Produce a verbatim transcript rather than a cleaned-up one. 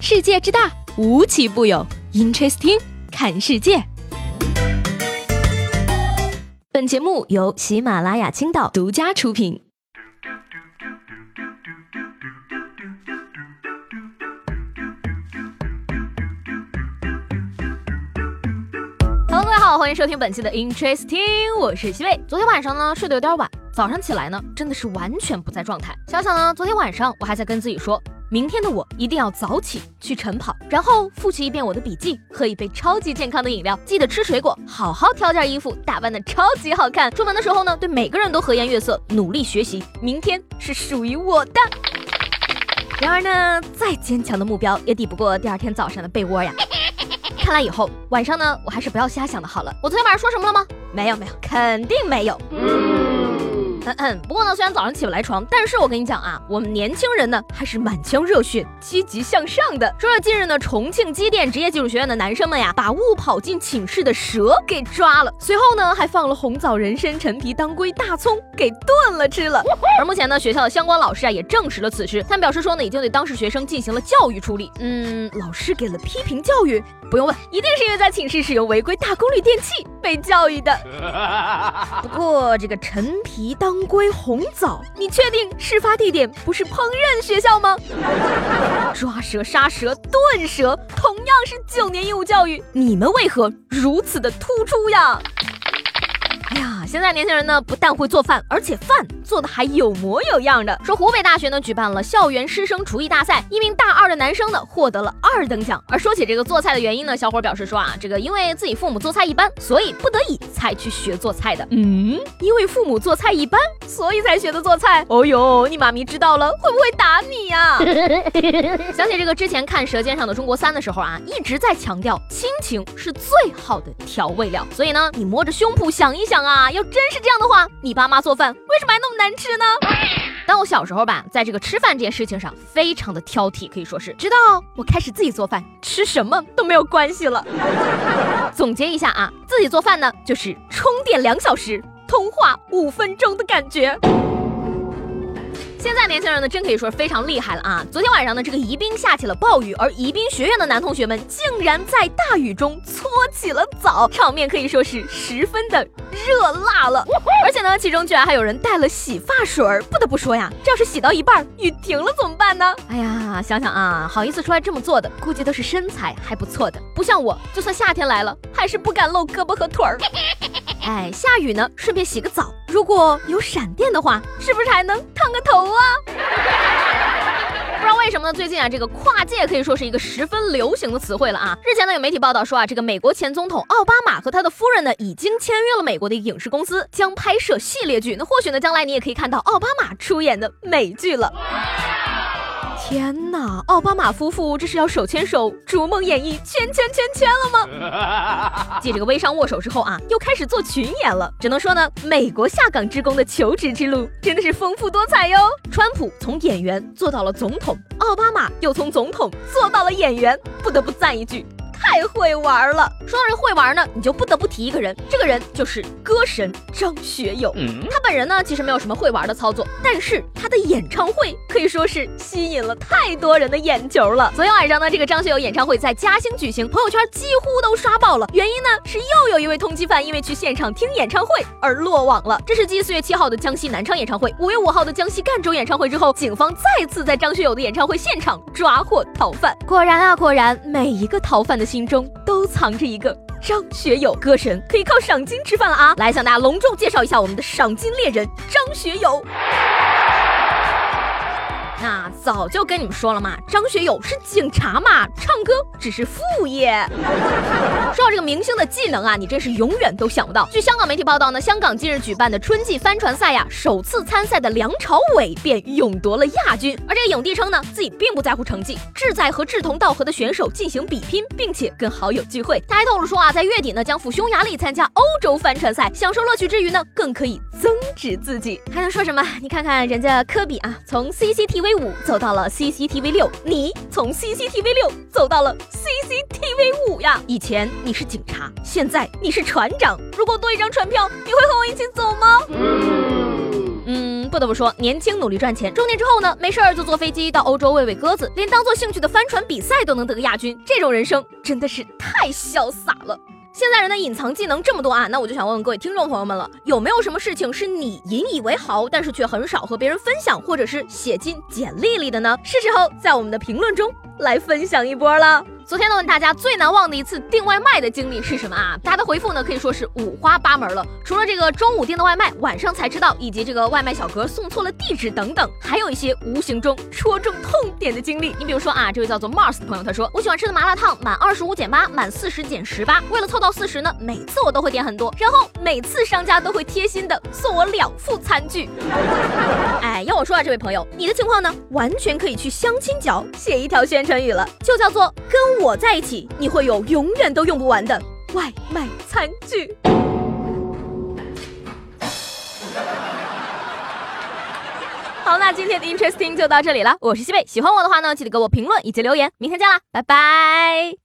世界之大，无奇不有。Interesting， 看世界。本节目由喜马拉雅青岛独家出品。Hello， 各位好，欢迎收听本期的 Interesting， 我是西贝。昨天晚上呢睡得有点晚，早上起来呢真的是完全不在状态。想想呢，昨天晚上我还在跟自己说，明天的我一定要早起去晨跑，然后复习一遍我的笔记，喝一杯超级健康的饮料，记得吃水果，好好挑件衣服，打扮的超级好看。出门的时候呢，对每个人都和颜悦色，努力学习，明天是属于我的。然而呢，再坚强的目标也抵不过第二天早上的被窝呀。看来以后晚上呢，我还是不要瞎想的好了。我昨天晚上说什么了吗？没有没有，肯定没有。嗯嗯，不过呢，虽然早上起不来床，但是我跟你讲啊，我们年轻人呢还是满腔热血、积极向上的。说说近日呢，重庆机电职业技术学院的男生们呀，把误跑进寝室的蛇给抓了，随后呢还放了红枣、人参、陈皮、当归、大葱给炖了吃了。而目前呢，学校的相关老师啊也证实了此事，他们表示说呢，已经对当事学生进行了教育处理。嗯，老师给了批评教育，不用问，一定是因为在寝室使用违规大功率电器被教育的。不过这个陈皮、当归、红枣，你确定事发地点不是烹饪学校吗？抓蛇、杀蛇、炖蛇，同样是九年义务教育，你们为何如此的突出呀？哎呀，现在年轻人呢，不但会做饭，而且饭做的还有模有样的。说湖北大学呢举办了校园师生厨艺大赛，一名大二的男生呢获得了二等奖。而说起这个做菜的原因呢，小伙表示说啊，这个因为自己父母做菜一般，所以不得已才去学做菜的。嗯，因为父母做菜一般，所以才学的做菜。哦呦，你妈咪知道了会不会打你呀？想起这个之前看《舌尖上的中国三》的时候啊，一直在强调亲情是最好的调味料。所以呢，你摸着胸脯想一想啊，要真是这样的话，你爸妈做饭为什么还那么难吃呢？但我小时候吧，在这个吃饭这件事情上非常的挑剔，可以说是直到我开始自己做饭，吃什么都没有关系了。总结一下啊，自己做饭呢，就是充电两小时，通话五分钟的感觉。现在年轻人呢，真可以说非常厉害了啊！昨天晚上呢，这个宜宾下起了暴雨，而宜宾学院的男同学们竟然在大雨中搓起了澡，场面可以说是十分的热辣了。而且呢，其中居然还有人带了洗发水，不得不说呀，这要是洗到一半雨停了怎么办呢？哎呀，想想啊，好意思出来这么做的，估计都是身材还不错的，不像我，就算夏天来了，还是不敢露胳膊和腿儿。哎，下雨呢，顺便洗个澡。如果有闪电的话，是不是还能烫个头啊？不知道为什么呢？最近啊，这个跨界可以说是一个十分流行的词汇了啊。日前呢，有媒体报道说啊，这个美国前总统奥巴马和他的夫人呢，已经签约了美国的一个影视公司，将拍摄系列剧。那或许呢，将来你也可以看到奥巴马出演的美剧了。天哪，奥巴马夫妇这是要手牵手逐梦演艺圈圈圈圈了吗？继这个微商握手之后啊，又开始做群演了。只能说呢，美国下岗职工的求职之路真的是丰富多彩哟。川普从演员做到了总统，奥巴马又从总统做到了演员，不得不赞一句，太会玩了。说到这会玩呢，你就不得不提一个人，这个人就是歌神张学友。嗯、他本人呢其实没有什么会玩的操作，但是他的演唱会可以说是吸引了太多人的眼球了。昨天晚上呢，这个张学友演唱会在嘉兴举行，朋友圈几乎都刷爆了。原因呢是又有一位通缉犯因为去现场听演唱会而落网了。这是继四月七号的江西南昌演唱会、五月五号的江西赣州演唱会之后，警方再次在张学友的演唱会现场抓获逃犯。果然啊，果然每一个逃犯的心中都藏着一个张学友，歌神可以靠赏金吃饭了啊！来向大家隆重介绍一下我们的赏金猎人张学友。那早就跟你们说了嘛，张学友是警察嘛，唱歌只是副业。说到这个明星的技能啊，你真是永远都想不到。据香港媒体报道呢，香港近日举办的春季帆船赛呀，首次参赛的梁朝伟便勇夺了亚军。而这个影帝称呢，自己并不在乎成绩，志在和志同道合的选手进行比拼，并且跟好友聚会。他还透露说啊，在月底呢将赴匈牙利参加欧洲帆船赛，享受乐趣之余呢，更可以增值自己。还能说什么？你看看人家科比啊，从 C C T V 五走到了 C C T V 六，你从 C C T V 六走到了 C C T V 五呀。以前你是警察，现在你是船长，如果多一张船票，你会和我一起走吗？嗯不得不说，年轻努力赚钱，中年之后呢，没事儿就坐飞机到欧洲喂喂鸽子，连当做兴趣的帆船比赛都能得个亚军，这种人生真的是太潇洒了。现在人的隐藏技能这么多啊，那我就想问问各位听众朋友们了，有没有什么事情是你引以为豪，但是却很少和别人分享，或者是写进简历里的呢？是时候在我们的评论中来分享一波了。昨天呢，问大家最难忘的一次订外卖的经历是什么啊？大家的回复呢可以说是五花八门了。除了这个中午订的外卖，晚上才知道，以及这个外卖小哥送错了地址等等，还有一些无形中戳中痛点的经历。你比如说啊，这位叫做 Mars 的朋友，他说我喜欢吃的麻辣烫满二十五减八，满四十减十八，为了凑到四十呢，每次我都会点很多，然后每次商家都会贴心的送我两副餐具。哎，要我说啊，这位朋友，你的情况呢，完全可以去相亲角写一条宣传语了，就叫做跟我在一起，你会有永远都用不完的外卖餐具。好，那今天的 Interesting 就到这里了，我是西贝，喜欢我的话呢，记得给我评论以及留言，明天见啦，拜拜。